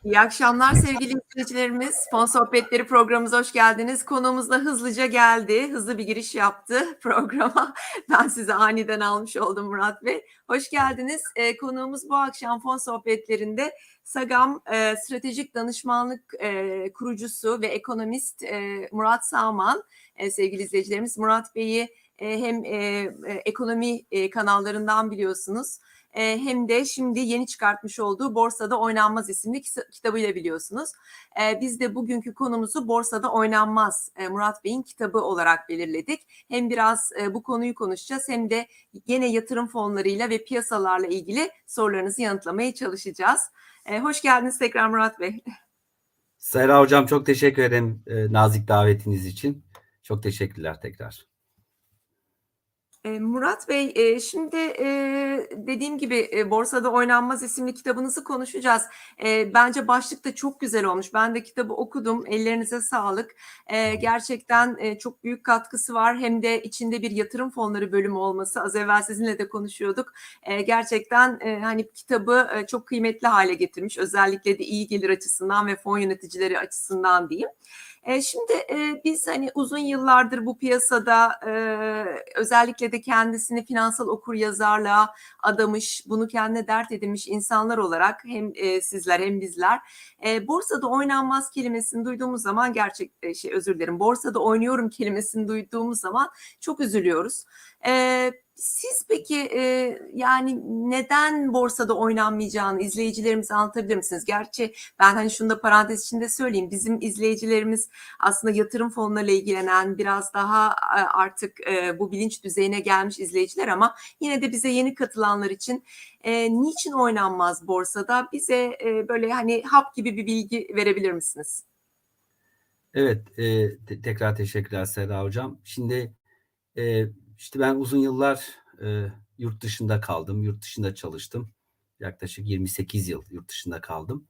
İyi akşamlar sevgili izleyicilerimiz. Fon Sohbetleri programımıza hoş geldiniz. Konuğumuz da hızlıca geldi. Hızlı bir giriş yaptı programa. Ben sizi aniden almış oldum Murat Bey. Hoş geldiniz. Konuğumuz bu akşam Fon Sohbetlerinde Sagam Stratejik Danışmanlık kurucusu ve ekonomist Murat Sağman. Sevgili izleyicilerimiz, Murat Bey'i hem ekonomi kanallarından biliyorsunuz. Hem de şimdi yeni çıkartmış olduğu Borsada Oynanmaz isimli kitabıyla biliyorsunuz. Biz de bugünkü konumuzu Borsada Oynanmaz Murat Bey'in kitabı olarak belirledik. Hem biraz bu konuyu konuşacağız hem de gene yatırım fonlarıyla ve piyasalarla ilgili sorularınızı yanıtlamaya çalışacağız. Hoş geldiniz tekrar Murat Bey. Serra Hocam çok teşekkür ederim nazik davetiniz için. Çok teşekkürler tekrar. Murat Bey, şimdi dediğim gibi Borsada Oynanmaz isimli kitabınızı konuşacağız. Bence başlık da çok güzel olmuş. Ben de kitabı okudum. Ellerinize sağlık. Gerçekten çok büyük katkısı var. Hem de içinde bir yatırım fonları bölümü olması. Az evvel sizinle de konuşuyorduk. Gerçekten hani kitabı çok kıymetli hale getirmiş. Özellikle de iyi gelir açısından ve fon yöneticileri açısından diyeyim. Şimdi biz hani uzun yıllardır bu piyasada özellikle de kendisini finansal okuryazarlığa adamış, bunu kendine dert edinmiş insanlar olarak hem sizler hem bizler borsada oynanmaz kelimesini duyduğumuz zaman borsada oynuyorum kelimesini duyduğumuz zaman çok üzülüyoruz. Siz peki yani neden borsada oynanmayacağını izleyicilerimize anlatabilir misiniz? Gerçi ben hani şunu da parantez içinde söyleyeyim. Bizim izleyicilerimiz aslında yatırım fonlarıyla ilgilenen biraz daha artık bu bilinç düzeyine gelmiş izleyiciler ama yine de bize yeni katılanlar için niçin oynanmaz borsada? Bize böyle hani hap gibi bir bilgi verebilir misiniz? Evet, tekrar teşekkürler Serra Hocam. Şimdi işte ben uzun yıllar yurt dışında kaldım, yurt dışında çalıştım. Yaklaşık 28 yıl yurt dışında kaldım.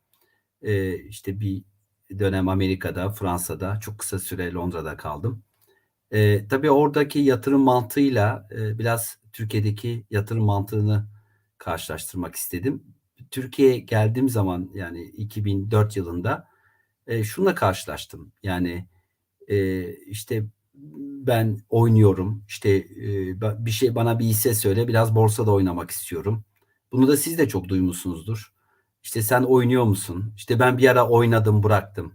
İşte bir dönem Amerika'da, Fransa'da, çok kısa süre Londra'da kaldım. Tabii oradaki yatırım mantığıyla biraz Türkiye'deki yatırım mantığını karşılaştırmak istedim. Türkiye'ye geldiğim zaman yani 2004 yılında şununla karşılaştım. Yani işte ben oynuyorum. İşte bir şey bana bir hisse söyle, biraz borsada oynamak istiyorum. Bunu da siz de çok duymuşsunuzdur. İşte sen oynuyor musun? İşte ben bir ara oynadım, bıraktım.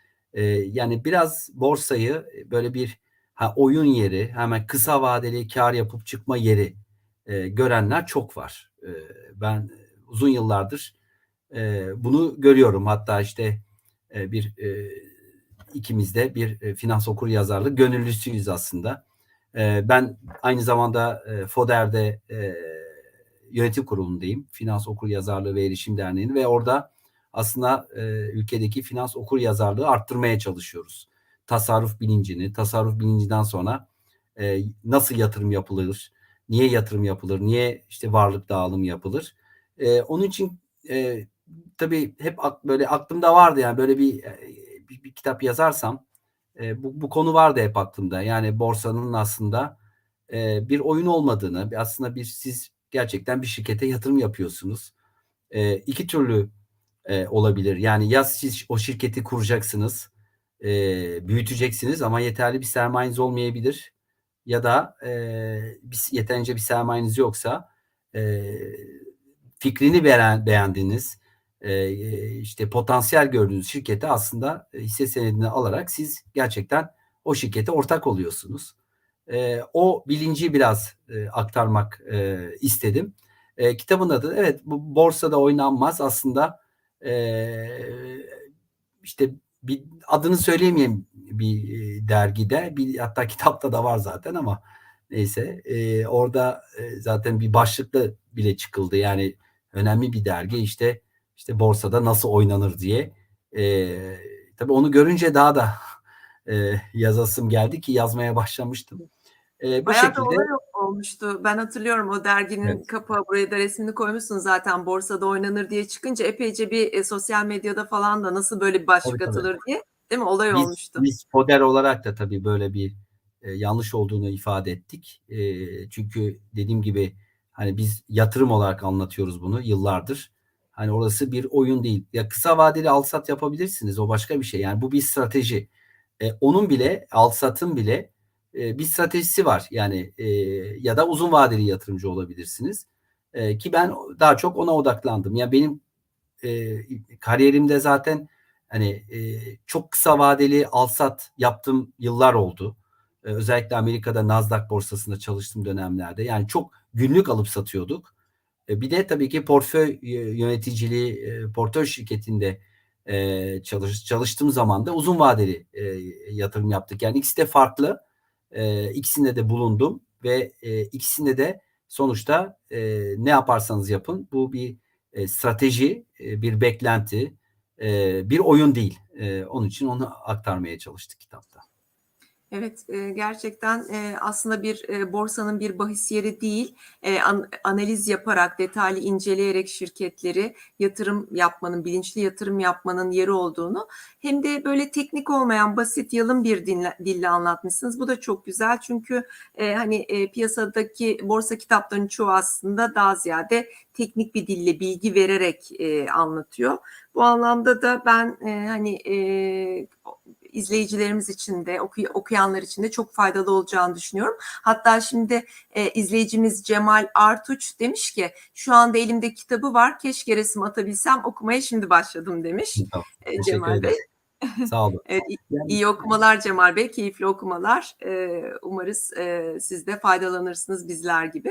Yani biraz borsayı böyle bir oyun yeri, hemen kısa vadeli kar yapıp çıkma yeri görenler çok var. Ben uzun yıllardır bunu görüyorum. Hatta işte bir ikimiz de bir finans okuryazarlığı gönüllüsüyüz aslında. Ben aynı zamanda FODER'de yönetim kurulundayım. Finans Okuryazarlığı ve Erişim Derneği'nin ve orada aslında ülkedeki finans okuryazarlığı arttırmaya çalışıyoruz. Tasarruf bilincinden sonra nasıl yatırım yapılır, niye yatırım yapılır, niye işte varlık dağılımı yapılır. Onun için tabii hep böyle aklımda vardı yani böyle bir kitap yazarsam bu konu vardı hep aklımda. Yani borsanın aslında bir oyun olmadığını, aslında siz gerçekten bir şirkete yatırım yapıyorsunuz. İki türlü olabilir. Yani ya siz o şirketi kuracaksınız, büyüteceksiniz ama yeterli bir sermayeniz olmayabilir. Ya da yeterince bir sermayeniz yoksa fikrini beğendiğiniz, işte potansiyel gördüğünüz şirkete aslında hisse senedini alarak siz gerçekten o şirkete ortak oluyorsunuz. O bilinci biraz aktarmak istedim. Kitabın adı evet bu borsada oynanmaz aslında işte bir adını söyleyemeyeyim bir dergide hatta kitapta da var zaten ama neyse orada zaten bir başlıkla bile çıkıldı yani önemli bir dergi işte borsada nasıl oynanır diye tabii onu görünce daha da yazasım geldi ki yazmaya başlamıştım. Bu Bayağı da şekilde olay olmuştu. Ben hatırlıyorum o derginin evet, kapağı buraya da resmini koymuşsun zaten borsada oynanır diye çıkınca epeyce bir sosyal medyada falan da nasıl böyle bir tabii başlık tabii. atılır diye değil mi? Olay Biz olmuştu. biz FODER olarak da tabii böyle bir yanlış olduğunu ifade ettik. Çünkü dediğim gibi hani biz yatırım olarak anlatıyoruz bunu yıllardır. Hani orası bir oyun değil. Ya kısa vadeli al-sat yapabilirsiniz. O başka bir şey. Yani bu bir strateji. Onun bile al-satın bile bir stratejisi var. Yani ya da uzun vadeli yatırımcı olabilirsiniz. Ki ben daha çok ona odaklandım. Ya benim kariyerimde zaten hani çok kısa vadeli al-sat yaptığım yıllar oldu. Özellikle Amerika'da Nasdaq borsasında çalıştığım dönemlerde. Yani çok günlük alıp satıyorduk. Bir de tabii ki portföy yöneticiliği, portföy şirketinde çalıştığım zaman da uzun vadeli yatırım yaptık. Yani ikisi de farklı. İkisinde de bulundum ve ikisinde de sonuçta ne yaparsanız yapın bu bir strateji, bir beklenti, bir oyun değil. Onun için onu aktarmaya çalıştık kitapta. Evet, gerçekten aslında bir borsanın bir bahis yeri değil, analiz yaparak, detaylı inceleyerek şirketleri yatırım yapmanın, bilinçli yatırım yapmanın yeri olduğunu hem de böyle teknik olmayan basit yalın bir dille anlatmışsınız. Bu da çok güzel çünkü hani piyasadaki borsa kitaplarının çoğu aslında daha ziyade teknik bir dille bilgi vererek anlatıyor. Bu anlamda da ben hani izleyicilerimiz için de okuyanlar için de çok faydalı olacağını düşünüyorum. Hatta şimdi izleyicimiz Cemal Artuç demiş ki şu anda elimde kitabı var, keşke resim atabilsem, okumaya şimdi başladım demiş Tamam. Teşekkür Cemal Bey. ederim. Sağ olun. Evet, Yani, iyi okumalar Cemal Bey, keyifli okumalar. Umarız siz de faydalanırsınız bizler gibi.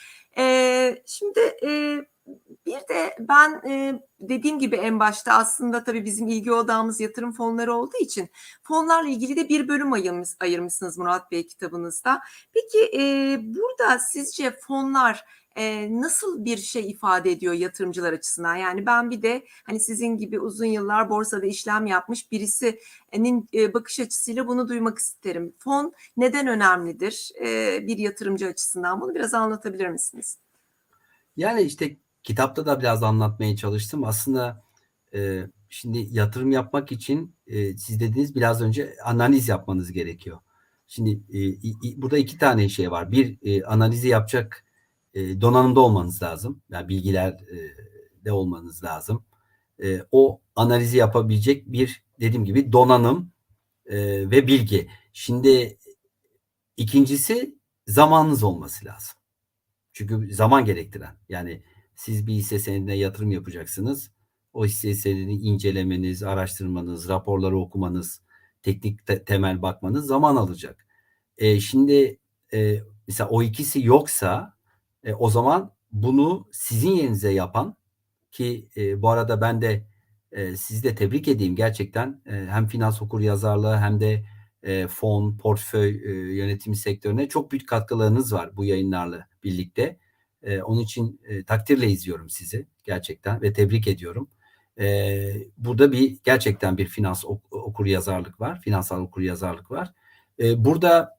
Şimdi bir de ben dediğim gibi en başta aslında tabii bizim ilgi odağımız yatırım fonları olduğu için fonlarla ilgili de bir bölüm ayırmışsınız Murat Bey kitabınızda. Peki burada sizce fonlar nasıl bir şey ifade ediyor yatırımcılar açısından? Yani ben bir de hani sizin gibi uzun yıllar borsada işlem yapmış birisinin bakış açısıyla bunu duymak isterim. Fon neden önemlidir bir yatırımcı açısından? Bunu biraz anlatabilir misiniz? yani işte kitapta da biraz anlatmaya çalıştım. Aslında şimdi yatırım yapmak için siz dediğiniz biraz önce analiz yapmanız gerekiyor. Şimdi burada iki tane şey var. Bir analizi yapacak donanımda olmanız lazım. Yani bilgiler de olmanız lazım. O analizi yapabilecek bir dediğim gibi donanım ve bilgi. Şimdi ikincisi zamanınız olması lazım. Çünkü zaman gerektiren. Yani siz bir hisse senedine yatırım yapacaksınız. O hisse senedini incelemeniz, araştırmanız, raporları okumanız, teknik temel bakmanız zaman alacak. Şimdi mesela o ikisi yoksa o zaman bunu sizin yerinize yapan ki bu arada ben de sizi de tebrik edeyim gerçekten hem finans okuryazarlığı hem de fon, portföy yönetimi sektörüne çok büyük katkılarınız var bu yayınlarla birlikte. Onun için takdirle izliyorum sizi gerçekten ve tebrik ediyorum. Burada gerçekten bir finans okuryazarlık var, finansal okuryazarlık var. Burada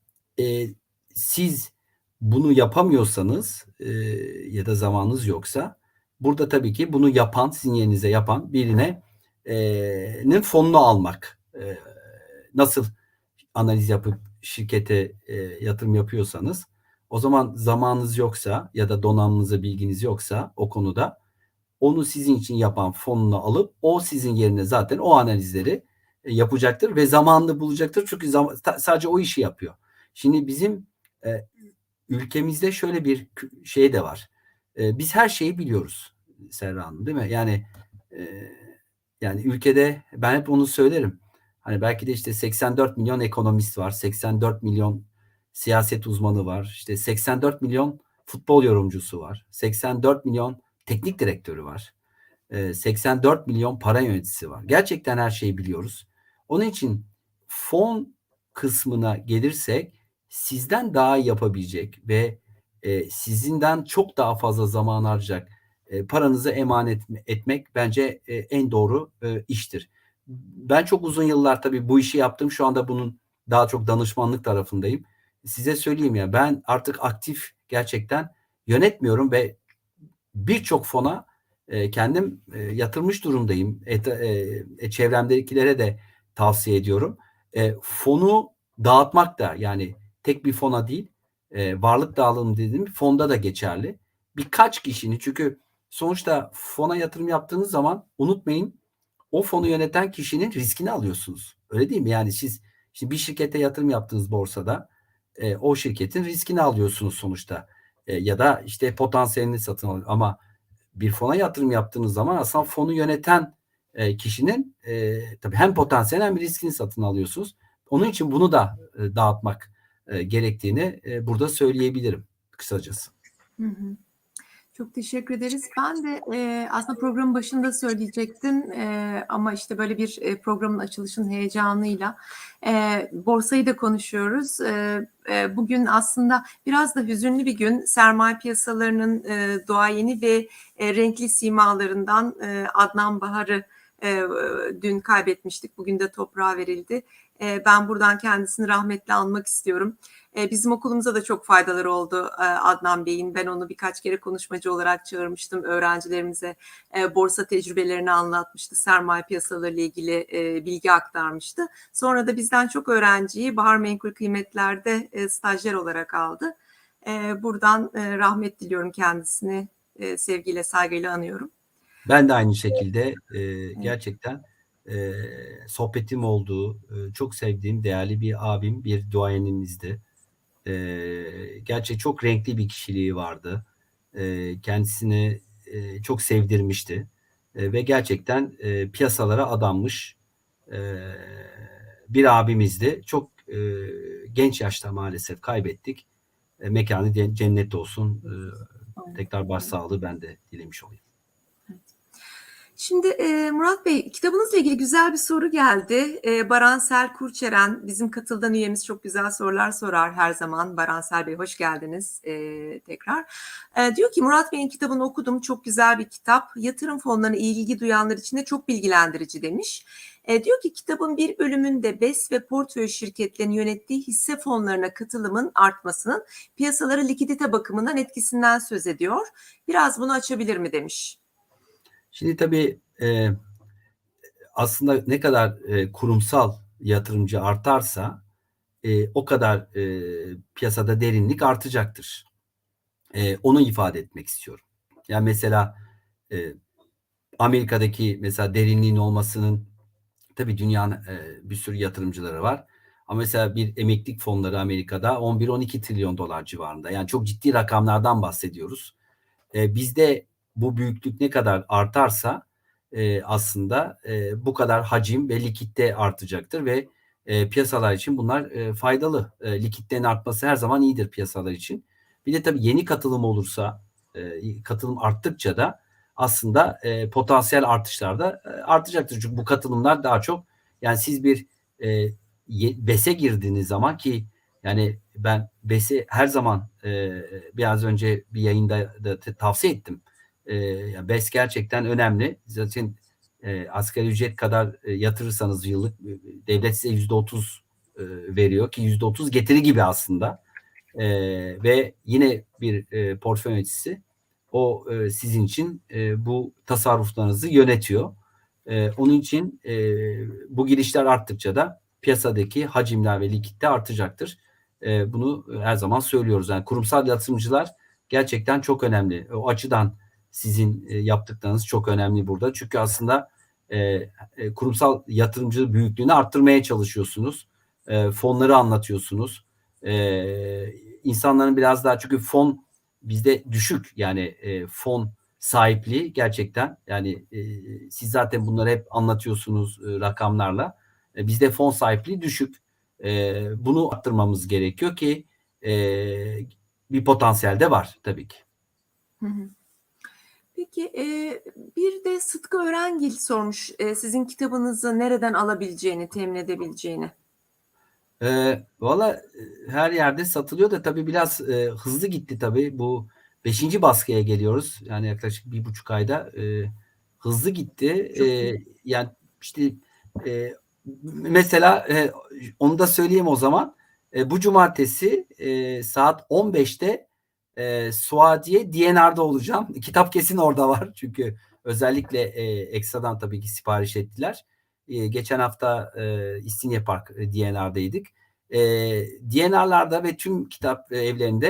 siz bunu yapamıyorsanız ya da zamanınız yoksa burada tabii ki bunu yapan, sizin yerinize yapan birinin fonunu almak. Nasıl analiz yapıp şirkete yatırım yapıyorsanız o zaman zamanınız yoksa ya da donanımınıza bilginiz yoksa o konuda onu sizin için yapan fonunu alıp o sizin yerine zaten o analizleri yapacaktır ve zamanını bulacaktır. Çünkü sadece o işi yapıyor. Şimdi bizim ülkemizde şöyle bir şey de var. Biz her şeyi biliyoruz Serra Hanım, değil mi? Yani ülkede ben hep onu söylerim. Hani belki de işte 84 milyon ekonomist var, 84 milyon siyaset uzmanı var, işte 84 milyon futbol yorumcusu var, 84 milyon teknik direktörü var, 84 milyon para yöneticisi var. Gerçekten her şeyi biliyoruz. Onun için fon kısmına gelirsek sizden daha iyi yapabilecek ve sizinden çok daha fazla zaman harcayacak paranızı emanet etmek bence en doğru iştir. Ben çok uzun yıllar tabii bu işi yaptım. Şu anda bunun daha çok danışmanlık tarafındayım. Size söyleyeyim ya ben artık aktif gerçekten yönetmiyorum ve birçok fona kendim yatırmış durumdayım. Çevremdekilere de tavsiye ediyorum. Fonu dağıtmak da yani tek bir fona değil varlık dağılımı dediğim fonda da geçerli. Birkaç kişinin çünkü sonuçta fona yatırım yaptığınız zaman unutmayın, o fonu yöneten kişinin riskini alıyorsunuz. Öyle değil mi? Yani siz şimdi bir şirkete yatırım yaptığınız borsada o şirketin riskini alıyorsunuz sonuçta. Ya da işte potansiyelini satın alıyor. Ama bir fona yatırım yaptığınız zaman aslında fonu yöneten kişinin tabii hem potansiyel hem riskini satın alıyorsunuz. Onun için bunu da dağıtmak gerektiğini burada söyleyebilirim kısacası. Hı hı. Çok teşekkür ederiz. Ben de aslında programın başında söyleyecektim ama işte böyle bir programın açılışının heyecanıyla borsayı da konuşuyoruz. Bugün aslında biraz da hüzünlü bir gün. Sermaye piyasalarının duayeni ve renkli simalarından Adnan Bahar'ı dün kaybetmiştik. Bugün de toprağa verildi. Ben buradan kendisini rahmetle anmak istiyorum. Bizim okulumuza da çok faydaları oldu Adnan Bey'in. Ben onu birkaç kere konuşmacı olarak çağırmıştım. Öğrencilerimize borsa tecrübelerini anlatmıştı. Sermaye piyasaları ile ilgili bilgi aktarmıştı. Sonra da bizden çok öğrenciyi Bahar Menkul Kıymetler'de stajyer olarak aldı. Buradan rahmet diliyorum kendisini. Sevgiyle, saygıyla anıyorum. Ben de aynı şekilde gerçekten sohbetim olduğu, çok sevdiğim değerli bir abim, bir duayenimizdi. Gerçi çok renkli bir kişiliği vardı. Kendisini çok sevdirmişti. Ve gerçekten piyasalara adanmış bir abimizdi. Çok genç yaşta maalesef kaybettik. Mekanı cennet olsun. Tekrar başsağlığı ben de dilemiş olayım. Şimdi Murat Bey, kitabınızla ilgili güzel bir soru geldi. Baransel Kurçeren, bizim katıldan üyemiz, çok güzel sorular sorar her zaman. Baransel Bey, hoş geldiniz tekrar. Diyor ki, Murat Bey'in kitabını okudum, çok güzel bir kitap. Yatırım fonlarına ilgi duyanlar için de çok bilgilendirici demiş. Diyor ki, kitabın bir bölümünde BES ve portföy şirketlerinin yönettiği hisse fonlarına katılımın artmasının piyasalara likidite bakımından etkisinden söz ediyor. Biraz bunu açabilir mi demiş. Şimdi tabii aslında ne kadar kurumsal yatırımcı artarsa o kadar piyasada derinlik artacaktır. Onu ifade etmek istiyorum. Yani mesela Amerika'daki mesela derinliğin olmasının tabii dünyanın bir sürü yatırımcıları var. Ama mesela bir emeklilik fonları Amerika'da 11-12 trilyon dolar civarında. Yani çok ciddi rakamlardan bahsediyoruz. Bizde bu büyüklük ne kadar artarsa aslında bu kadar hacim ve likitte artacaktır ve piyasalar için bunlar faydalı. Likiditenin artması her zaman iyidir piyasalar için. Bir de tabii yeni katılım olursa, katılım arttıkça da aslında potansiyel artışlar da artacaktır. Çünkü bu katılımlar daha çok, yani siz bir BES'e girdiğiniz zaman, ki yani ben BES'i her zaman biraz önce bir yayında da tavsiye ettim. BES gerçekten önemli. Zaten asgari ücret kadar yatırırsanız yıllık devlet size %30 veriyor, ki %30 getiri gibi aslında. Ve yine bir portföy yöneticisi o sizin için bu tasarruflarınızı yönetiyor. Onun için bu girişler arttıkça da piyasadaki hacimler ve likitte artacaktır. Bunu her zaman söylüyoruz. Yani kurumsal yatırımcılar gerçekten çok önemli. O açıdan sizin yaptıklarınız çok önemli burada. Çünkü aslında kurumsal yatırımcı büyüklüğünü arttırmaya çalışıyorsunuz. Fonları anlatıyorsunuz. İnsanların biraz daha, çünkü fon bizde düşük, yani fon sahipliği gerçekten, yani siz zaten bunları hep anlatıyorsunuz rakamlarla. Bizde fon sahipliği düşük. Bunu arttırmamız gerekiyor ki bir potansiyel de var tabii ki. Hı hı. Peki bir de Sıtkı Örengil sormuş sizin kitabınızı nereden alabileceğini, temin edebileceğini. Valla her yerde satılıyor da tabii biraz hızlı gitti tabii. Bu 5. baskıya geliyoruz. Yani yaklaşık 1,5 ayda hızlı gitti. Yani işte mesela onu da söyleyeyim o zaman. Bu cumartesi saat 15'te Suadiye DNR'da olacağım. Kitap kesin orada var. Çünkü özellikle ekstradan tabii ki sipariş ettiler. Geçen hafta İstinye Park DNR'daydık. DNR'larda ve tüm kitap evlerinde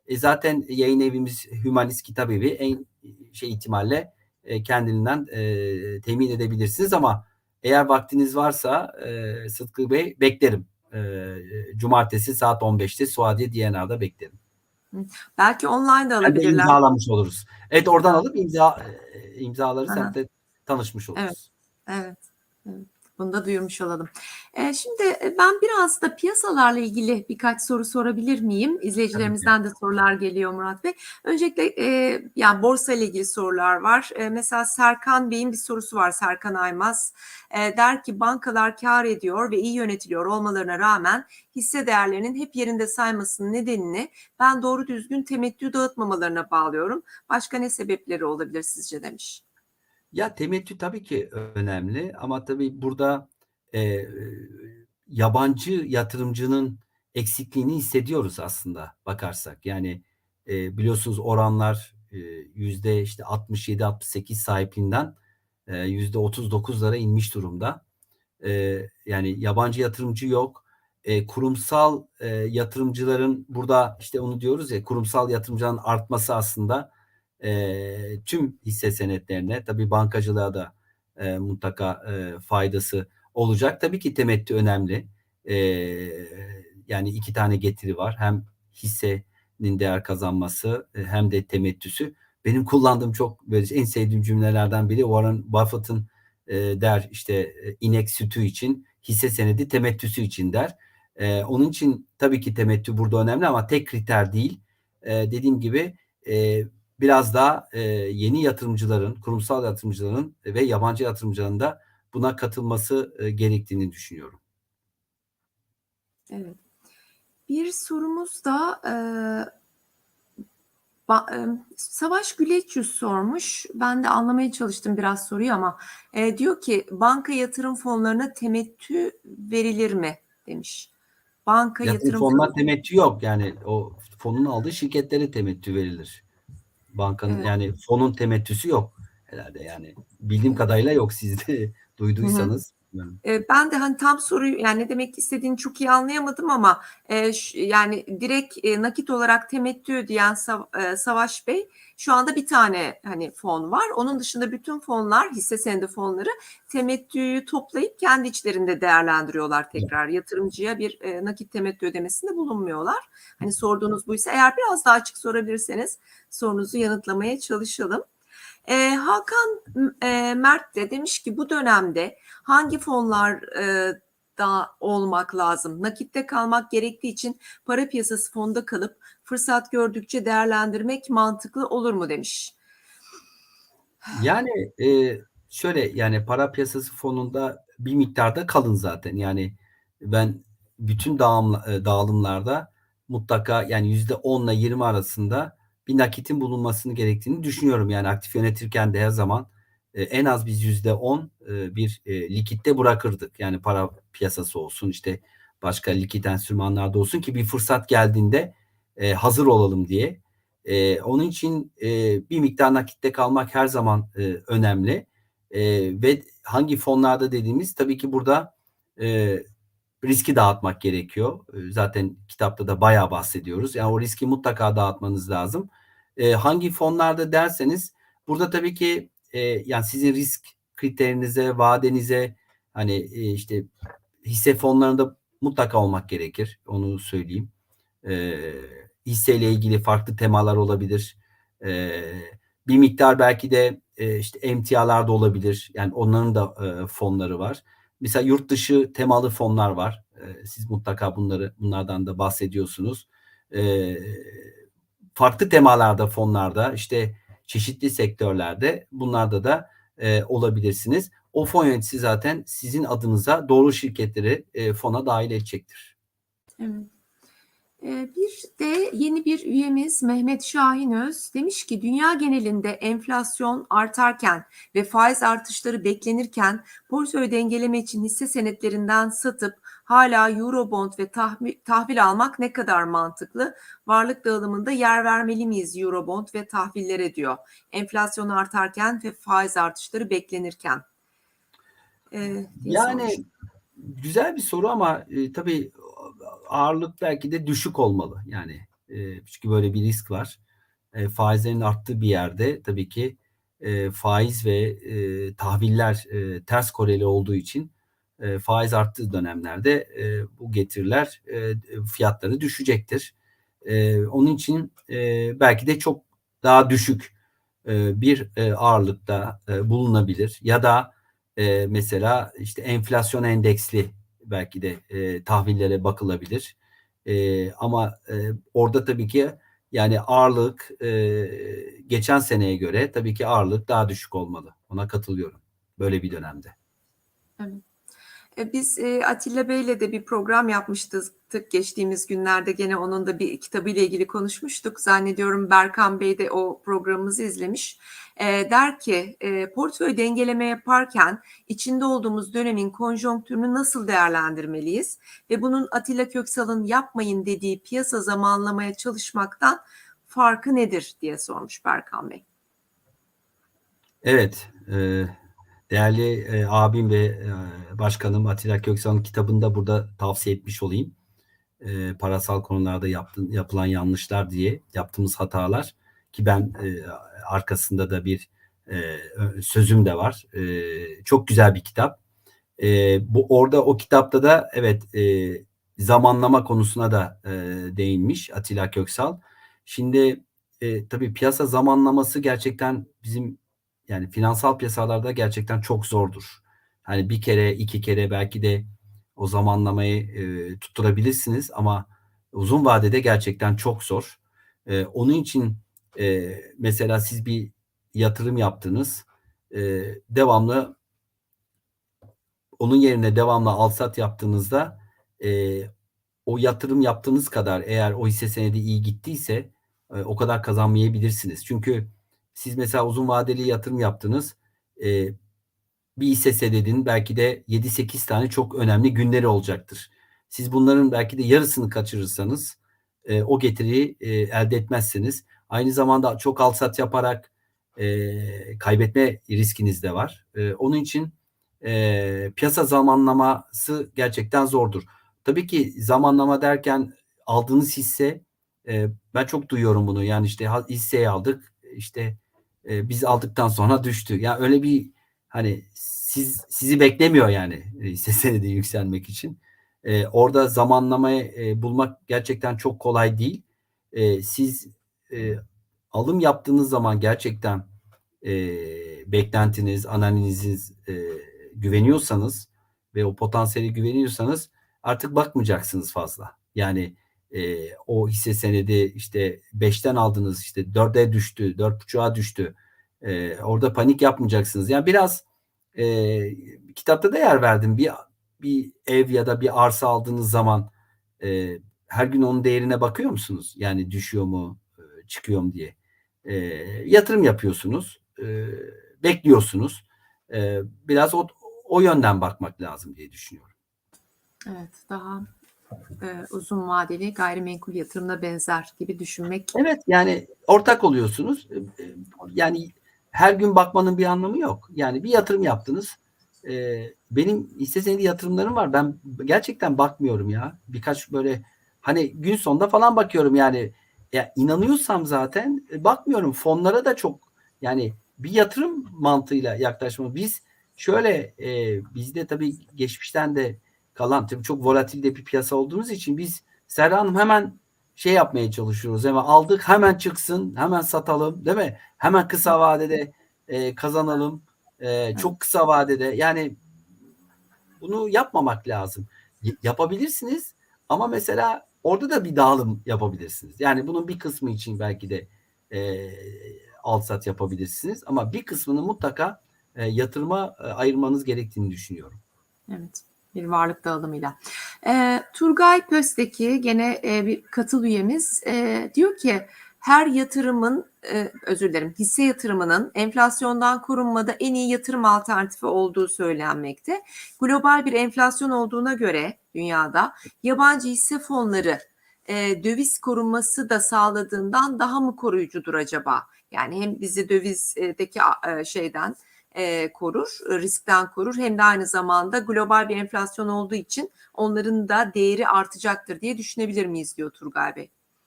Zaten yayın evimiz Hümanist Kitap Evi, en ihtimalle kendiliğinden temin edebilirsiniz ama eğer vaktiniz varsa Sıtkı Bey, beklerim. Cumartesi saat 15'te Suadiye DNR'da beklerim. Belki online de Hem de alabilirler. imzalamış oluruz. Evet, oradan alıp imzalarız, hem Aha, de tanışmış evet, oluruz. evet. Evet. Bunu da duyurmuş olalım. Şimdi ben biraz da piyasalarla ilgili birkaç soru sorabilir miyim? Tabii ki. İzleyicilerimizden de sorular geliyor Murat Bey. Öncelikle yani borsa ile ilgili sorular var. Mesela Serkan Bey'in bir sorusu var, Serkan Aymaz. Der ki bankalar kar ediyor ve iyi yönetiliyor olmalarına rağmen hisse değerlerinin hep yerinde saymasının nedenini ben doğru düzgün temettü dağıtmamalarına bağlıyorum. Başka ne sebepleri olabilir sizce, demiş. Ya temettü tabii ki önemli ama tabii burada e, yabancı yatırımcının eksikliğini hissediyoruz aslında bakarsak. Yani biliyorsunuz oranlar yüzde işte 67-68 sahipliğinden yüzde 39'lara inmiş durumda. Yani yabancı yatırımcı yok. Kurumsal yatırımcıların burada, işte onu diyoruz ya, kurumsal yatırımcıların artması aslında tüm hisse senetlerine, tabii bankacılığa da mutlaka faydası olacak. Tabii ki temettü önemli. E, Yani iki tane getiri var. Hem hissenin değer kazanması hem de temettüsü. Benim kullandığım, çok böyle en sevdiğim cümlelerden biri Warren Buffett'ın der, işte inek sütü için, hisse senedi temettüsü için der. Onun için tabii ki temettü burada önemli ama tek kriter değil. Dediğim gibi biraz daha yeni yatırımcıların, kurumsal yatırımcıların ve yabancı yatırımcıların da buna katılması gerektiğini düşünüyorum. Evet. Bir sorumuz da Savaş Güleçyüz sormuş. Ben de anlamaya çalıştım biraz soruyu ama diyor ki banka yatırım fonlarına temettü verilir mi, demiş. Banka Yatırım yatırım fonuna fonu. temettü yok. Yani o fonun aldığı şirketlere temettü verilir. Bankanın, Evet, yani fonun temettüsü yok herhalde, yani bildiğim evet. kadarıyla yok, siz de Hı hı. duyduysanız. Bilmiyorum. Ben de hani tam soruyu, yani ne demek istediğini çok iyi anlayamadım ama yani direkt nakit olarak temettü ödeyen Savaş Bey, şu anda bir tane hani fon var. Onun dışında bütün fonlar, hisse senedi fonları temettüyü toplayıp kendi içlerinde değerlendiriyorlar tekrar. Yatırımcıya bir nakit temettü ödemesinde bulunmuyorlar. Hani sorduğunuz buysa, eğer biraz daha açık sorabilirseniz sorunuzu yanıtlamaya çalışalım. Hakan Mert de demiş ki bu dönemde hangi fonlar da olmak lazım? Nakitte kalmak gerektiği için para piyasası fonda kalıp fırsat gördükçe değerlendirmek mantıklı olur mu, demiş. Yani şöyle, yani para piyasası fonunda bir miktarda kalın zaten. Yani ben bütün dağılımlarda mutlaka, yani %10 ile 20 arasında bir nakitin bulunmasını gerektiğini düşünüyorum. Yani aktif yönetirken de her zaman en az biz %10 bir likitte bırakırdık. Yani para piyasası olsun, işte başka likit enstrümanlarda olsun ki bir fırsat geldiğinde hazır olalım diye. Onun için bir miktar nakitte kalmak her zaman önemli. Ve hangi fonlarda dediğimiz, tabii ki burada e, riski dağıtmak gerekiyor. Zaten kitapta da bayağı bahsediyoruz. Yani o riski mutlaka dağıtmanız lazım. Hangi fonlarda derseniz, burada tabii ki yani sizin risk kriterinize, vadenize, hani işte hisse fonlarında mutlaka olmak gerekir. Onu söyleyeyim. Hisseyle ilgili farklı temalar olabilir. E, Bir miktar belki de işte emtialar da olabilir. Yani onların da fonları var. Mesela yurt dışı temalı fonlar var. Siz mutlaka bunlardan da bahsediyorsunuz. E, Farklı temalarda, fonlarda, işte çeşitli sektörlerde, bunlarda da olabilirsiniz. O fon yöneticisi zaten sizin adınıza doğru şirketleri fona dahil edecektir. Evet. Bir de yeni bir üyemiz Mehmet Şahinöz demiş ki dünya genelinde enflasyon artarken ve faiz artışları beklenirken portföy dengeleme için hisse senetlerinden satıp hala Eurobond ve tahvil almak ne kadar mantıklı? Varlık dağılımında yer vermeli miyiz Eurobond ve tahvillere, diyor. Enflasyon artarken ve faiz artışları beklenirken diye sormuş. Yani güzel bir soru ama tabii ağırlık belki de düşük olmalı. Yani Çünkü böyle bir risk var. Faizlerin arttığı bir yerde tabii ki faiz ve tahviller ters koreli olduğu için faiz arttığı dönemlerde bu getiriler fiyatları düşecektir. Onun için belki de çok daha düşük bir ağırlıkta bulunabilir ya da mesela işte enflasyon endeksli belki de tahvillere bakılabilir. Ama orada tabii ki yani ağırlık geçen seneye göre tabii ki ağırlık daha düşük olmalı. Ona katılıyorum böyle bir dönemde. Evet. Biz Atilla Bey'le de bir program yapmıştık geçtiğimiz günlerde. Gene onun da bir kitabıyla ilgili konuşmuştuk. Zannediyorum Berkan Bey de o programımızı izlemiş. Der ki portföy dengeleme yaparken içinde olduğumuz dönemin konjonktürünü nasıl değerlendirmeliyiz? Ve bunun Atilla Köksal'ın yapmayın dediği piyasa zamanlamaya çalışmaktan farkı nedir diye sormuş Berkan Bey. Evet, değerli abim ve başkanım Atilla Köksal'ın kitabında burada tavsiye etmiş olayım. Parasal konularda yapılan yanlışlar diye yaptığımız hatalar ki ben arkasında da bir sözüm de var. Çok güzel bir kitap. Orada o kitapta da evet zamanlama konusuna da değinmiş Atilla Köksal. Şimdi tabii piyasa zamanlaması gerçekten bizim yani finansal piyasalarda gerçekten çok zordur. Hani bir kere, iki kere belki de o zamanlamayı tutturabilirsiniz ama uzun vadede gerçekten çok zor. Onun için mesela siz bir yatırım yaptınız, devamlı onun yerine devamlı alsat yaptığınızda o yatırım yaptığınız kadar eğer o hisse senedi iyi gittiyse o kadar kazanmayabilirsiniz. Çünkü siz mesela uzun vadeli yatırım yaptınız. Bir hisse senedinin belki de 7-8 tane çok önemli günleri olacaktır. Siz bunların belki de yarısını kaçırırsanız o getiriyi elde etmezsiniz. Aynı zamanda çok alsat yaparak kaybetme riskiniz de var. Onun için piyasa zamanlaması gerçekten zordur. Tabii ki zamanlama derken aldığınız hisse ben çok duyuyorum bunu. Yani işte hisseyi aldık işte biz aldıktan sonra düştü. Ya yani öyle bir hani sizi beklemiyor yani hisse senedi yükselmek için. Orada zamanlamayı bulmak gerçekten çok kolay değil. Siz e, alım yaptığınız zaman gerçekten beklentiniz, analiziniz güveniyorsanız ve o potansiyeli güveniyorsanız artık bakmayacaksınız fazla. Yani o hisse senedi işte 5'ten aldınız işte 4'e düştü, 4,5'a düştü. Orada panik yapmayacaksınız. Yani biraz kitapta da yer verdim. Bir ev ya da bir arsa aldığınız zaman her gün onun değerine bakıyor musunuz? Yani düşüyor mu, çıkıyor mu diye. Yatırım yapıyorsunuz, bekliyorsunuz. Biraz o yönden bakmak lazım diye düşünüyorum. Evet, daha uzun vadeli gayrimenkul yatırımına benzer gibi düşünmek. Evet, yani ortak oluyorsunuz. Yani her gün bakmanın bir anlamı yok. Yani bir yatırım yaptınız. Benim hisse senedi yatırımlarım var. Ben gerçekten bakmıyorum ya. Birkaç böyle hani gün sonunda falan bakıyorum yani. Ya inanıyorsam zaten bakmıyorum. Fonlara da çok yani bir yatırım mantığıyla yaklaşma. Biz şöyle bizde tabii geçmişten de kalan tabii çok volatil de bir piyasa olduğumuz için biz Serra Hanım hemen şey yapmaya çalışıyoruz. Hemen aldık hemen çıksın, hemen satalım, değil mi? Hemen kısa vadede kazanalım. Çok kısa vadede. Yani bunu yapmamak lazım. Yapabilirsiniz ama mesela orada da bir dağılım yapabilirsiniz. Yani bunun bir kısmı için belki de al sat yapabilirsiniz ama bir kısmını mutlaka yatırıma ayırmanız gerektiğini düşünüyorum. Evet, bir varlık dağılımıyla. Turgay Pösteki gene bir katıl üyemiz diyor ki her yatırımın özür dilerim hisse yatırımının enflasyondan korunmada en iyi yatırım alternatifi olduğu söylenmekte. Global bir enflasyon olduğuna göre dünyada yabancı hisse fonları döviz korunması da sağladığından daha mı koruyucudur acaba? Yani hem bizi dövizdeki şeyden korur, riskten korur hem de aynı zamanda global bir enflasyon olduğu için onların da değeri artacaktır diye düşünebilir miyiz diyor Turgay Bey.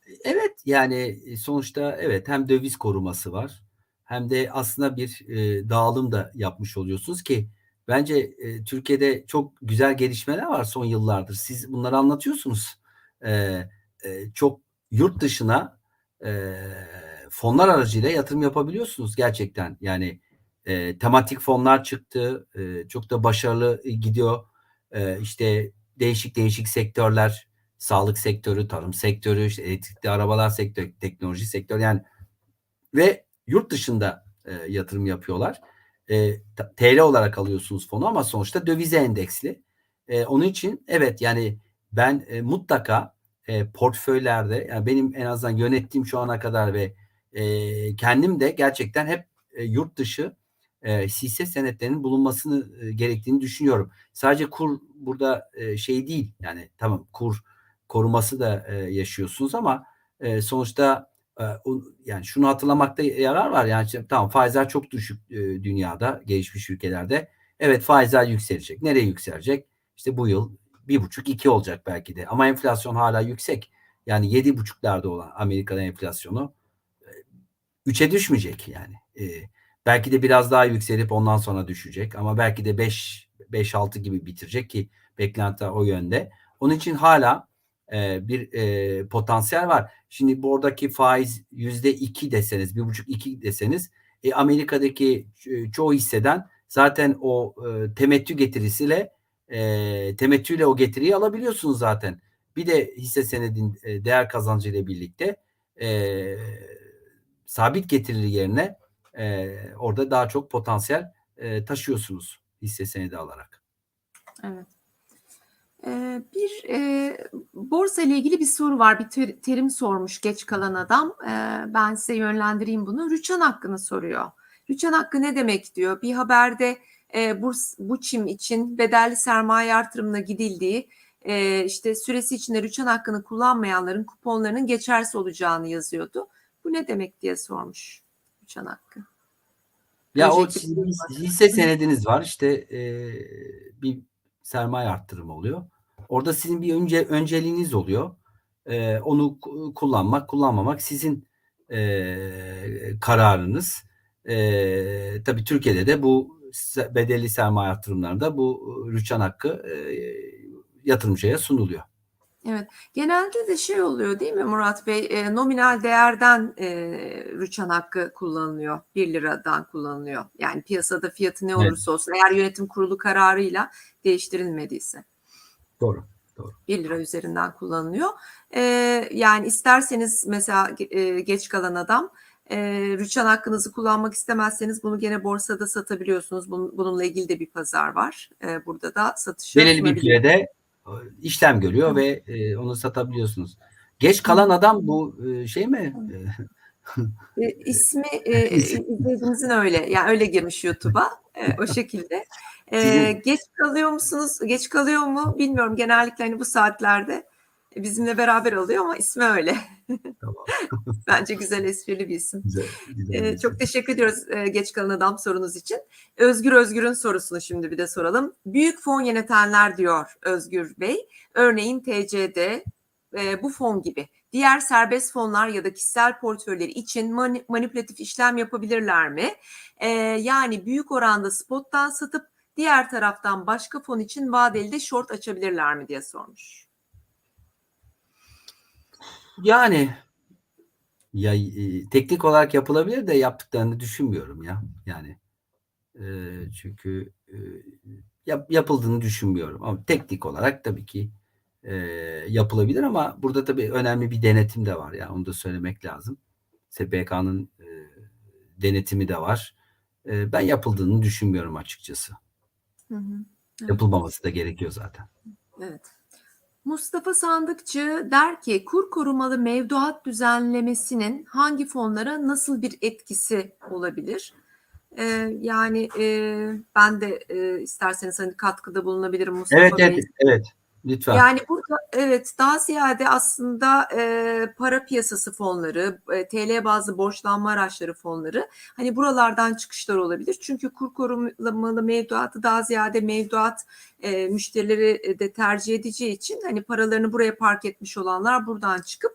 Evet, yani sonuçta evet, hem döviz koruması var hem de aslında bir dağılım da yapmış oluyorsunuz ki bence Türkiye'de çok güzel gelişmeler var son yıllardır. Siz bunları anlatıyorsunuz. Çok yurt dışına fonlar aracıyla yatırım yapabiliyorsunuz gerçekten. Yani tematik fonlar çıktı. Çok da başarılı gidiyor. İşte değişik değişik sektörler, sağlık sektörü, tarım sektörü, işte elektrikli arabalar sektörü, teknoloji sektörü yani ve yurt dışında yatırım yapıyorlar. TL olarak alıyorsunuz fonu ama sonuçta dövize endeksli. Onun için evet yani ben mutlaka portföylerde yani benim en azından yönettiğim şu ana kadar ve kendim de gerçekten hep yurt dışı hisse senetlerinin bulunmasını gerektiğini düşünüyorum. Sadece kur burada şey değil yani tamam kur koruması da yaşıyorsunuz ama sonuçta yani şunu hatırlamakta yarar var. Yani tamam faizler çok düşük dünyada, gelişmiş ülkelerde. Evet faizler yükselecek. Nereye yükselecek? İşte bu yıl 1,5-2 olacak belki de. Ama enflasyon hala yüksek. Yani 7,5'larda olan Amerika'da enflasyonu 3'e düşmeyecek yani. Belki de biraz daha yükselip ondan sonra düşecek ama belki de 5-6 gibi bitirecek ki beklentiler o yönde. Onun için hala bir potansiyel var. Şimdi buradaki faiz %2 deseniz, 1,5-2 deseniz Amerika'daki çoğu hisseden zaten o temettü getirisiyle temettüyle o getiriyi alabiliyorsunuz zaten. Bir de hisse senedin değer kazancı ile birlikte sabit getirili yerine orada daha çok potansiyel taşıyorsunuz hisse senedi alarak. Evet. Bir borsa ile ilgili bir soru var. Bir terim sormuş geç kalan adam. Ben size yönlendireyim bunu. Rüçhan hakkını soruyor. Rüçhan hakkı ne demek diyor. Bir haberde bu çim için bedelli sermaye artırımına gidildiği işte süresi içinde rüçhan hakkını kullanmayanların kuponlarının geçersiz olacağını yazıyordu. Bu ne demek diye sormuş rüçhan hakkı. Ya o Öncelikle hisse senediniz var. İşte bir sermaye arttırımı oluyor. Orada sizin bir önceliğiniz oluyor. Onu kullanmak, kullanmamak sizin kararınız. Tabii Türkiye'de de bu bedelli sermaye artırımlarında bu rüçhan hakkı yatırımcıya sunuluyor. Evet, genelde de şey oluyor değil mi Murat Bey? Nominal değerden rüçhan hakkı kullanılıyor. 1 liradan kullanılıyor. Yani piyasada fiyatı ne Evet, olursa olsun eğer yönetim kurulu kararıyla değiştirilmediyse. doğru, doğru. 1 lira üzerinden kullanılıyor. Yani isterseniz mesela geç kalan adam rüçhan hakkınızı kullanmak istemezseniz bunu gene borsada satabiliyorsunuz. Bununla ilgili de bir pazar var. Burada da satışa Belirli bir sunabiliyorsunuz. sürede işlem görüyor Evet. ve onu satabiliyorsunuz. Geç Hı hı. kalan adam bu şey mi? İsmi izleyicimizin öyle. Yani öyle girmiş YouTube'a. O şekilde. Sizin Geç kalıyor musunuz? Geç kalıyor mu? Bilmiyorum. Genellikle hani bu saatlerde bizimle beraber oluyor ama ismi öyle. tamam. Bence güzel, esprili bir isim. Güzel, güzel bir Çok isim. teşekkür ediyoruz geç kalan adam sorunuz için. Özgür'ün sorusunu şimdi bir de soralım. Büyük fon yönetenler diyor Özgür Bey. Örneğin TCD, bu fon gibi diğer serbest fonlar ya da kişisel portföyleri için manipülatif işlem yapabilirler mi? Yani büyük oranda spottan satıp diğer taraftan başka fon için vadeli de short açabilirler mi diye sormuş. Yani ya teknik olarak yapılabilir de yaptıklarını düşünmüyorum ya. Yani çünkü yapıldığını düşünmüyorum. Ama teknik olarak tabii ki e, yapılabilir ama burada tabii önemli bir denetim de var. Yani onu da söylemek lazım. SPK'nın denetimi de var. Ben yapıldığını düşünmüyorum açıkçası. Hı hı. Evet. Yapılmaması da gerekiyor zaten. Evet. Mustafa Sandıkçı der ki kur korumalı mevduat düzenlemesinin hangi fonlara nasıl bir etkisi olabilir? Yani ben de isterseniz hani katkıda bulunabilirim Evet, Mustafa evet, Bey. evet. Lütfen. Yani burada evet daha ziyade aslında para piyasası fonları, TL bazlı borçlanma araçları fonları hani buralardan çıkışlar olabilir. Çünkü kur korumalı mevduatı daha ziyade mevduat müşterileri de tercih edeceği için hani paralarını buraya park etmiş olanlar buradan çıkıp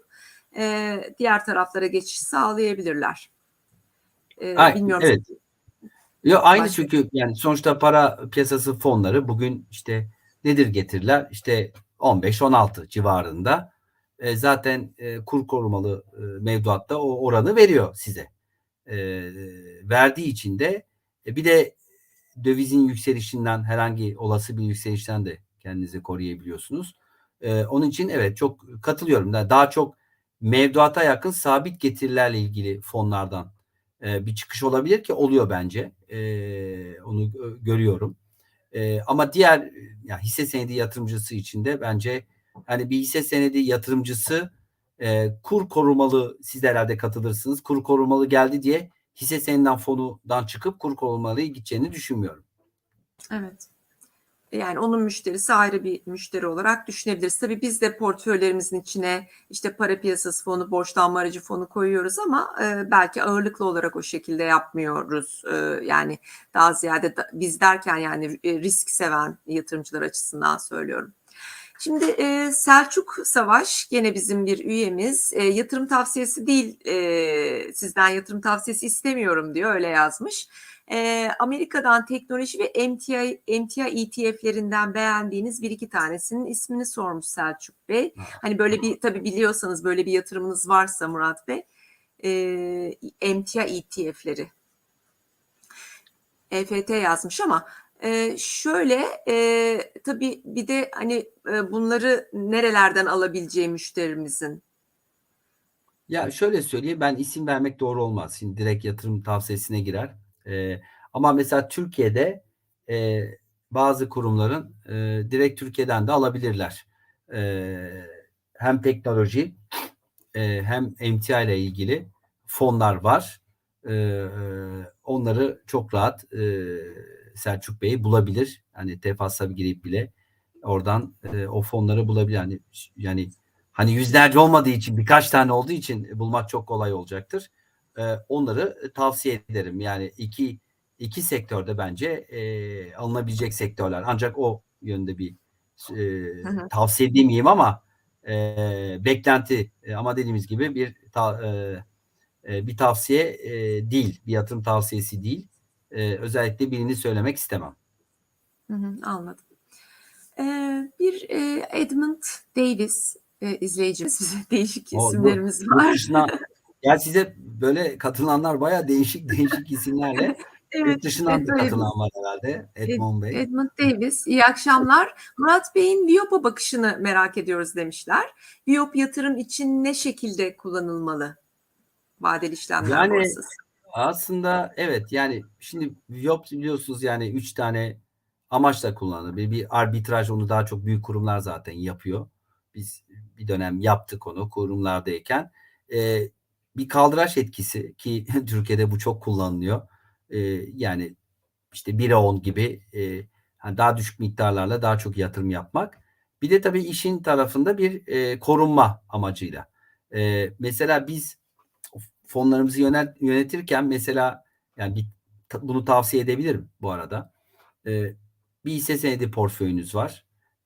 diğer taraflara geçiş sağlayabilirler. Bilmiyorum. Evet. Aynı Başka. çünkü yani sonuçta para piyasası fonları bugün işte nedir getiriler? İşte 15-16 civarında. Zaten kur korumalı mevduatta o oranı veriyor size. Verdiği için de bir de dövizin yükselişinden herhangi olası bir yükselişten de kendinizi koruyabiliyorsunuz. Onun için evet çok katılıyorum. Daha çok mevduata yakın sabit getirilerle ilgili fonlardan bir çıkış olabilir ki oluyor bence. Onu görüyorum. Ama diğer yani hisse senedi yatırımcısı için de bence hani bir hisse senedi yatırımcısı kur korumalı, siz de herhalde katılırsınız. Kur korumalı geldi diye hisse senedinden fonundan çıkıp kur korumalıya gideceğini düşünmüyorum. Evet. Yani onun müşterisi ayrı bir müşteri olarak düşünebiliriz. Tabii biz de portföylerimizin içine işte para piyasası fonu, borçlanma aracı fonu koyuyoruz ama belki ağırlıklı olarak o şekilde yapmıyoruz. Yani daha ziyade biz derken yani risk seven yatırımcılar açısından söylüyorum. Şimdi Selçuk Savaş gene bizim bir üyemiz. Yatırım tavsiyesi değil, sizden yatırım tavsiyesi istemiyorum diyor, öyle yazmış. Amerika'dan teknoloji ve emtia ETF'lerinden beğendiğiniz bir iki tanesinin ismini sormuş Selçuk Bey. Hani böyle bir, tabii biliyorsanız böyle bir yatırımınız varsa Murat Bey, emtia ETF'leri. EFT yazmış ama şöyle tabii bir de hani bunları nerelerden alabileceği müşterimizin. Ya şöyle söyleyeyim, ben isim vermek doğru olmaz. Şimdi direkt yatırım tavsiyesine girer. Ama mesela Türkiye'de e, bazı kurumların direkt Türkiye'den de alabilirler. Hem teknoloji hem emtia ile ilgili fonlar var. Onları çok rahat Selçuk Bey bulabilir. Hani tefasla girip bile oradan o fonları bulabilir. Hani yüzlerce olmadığı için, birkaç tane olduğu için bulmak çok kolay olacaktır. Onları tavsiye ederim. Yani iki sektörde bence alınabilecek sektörler. Ancak o yönde bir Hı hı. tavsiye demeyeyim ama beklenti ama dediğimiz gibi bir tavsiye değil, bir yatırım tavsiyesi değil. Özellikle birini söylemek istemem. Hı hı, anladım. Bir Edmund Davis izleyicimiz, bize değişik O isimlerimiz yurt var. dışına ya size böyle katılanlar bayağı değişik değişik isimlerle Evet, yurt dışından evet, da öyle bir katılan var herhalde Edmond Bey. Edmund Davis. İyi akşamlar. Murat Bey'in Viyop'a bakışını merak ediyoruz demişler. Viyop yatırım için ne şekilde kullanılmalı? Vadeli işlemler Yani borsası. aslında evet yani şimdi Viyop biliyorsunuz yani 3 tane amaçla kullanılır. Bir arbitraj, onu daha çok büyük kurumlar zaten yapıyor. Biz bir dönem yaptık onu kurumlardayken. Ee, Bir kaldıraç etkisi ki Türkiye'de bu çok kullanılıyor. Yani işte 1'e 10 gibi hani daha düşük miktarlarla daha çok yatırım yapmak. Bir de tabii işin tarafında bir korunma amacıyla. Mesela biz fonlarımızı yönetirken mesela yani bunu tavsiye edebilirim bu arada. Ee, Bir hisse senedi portföyünüz var.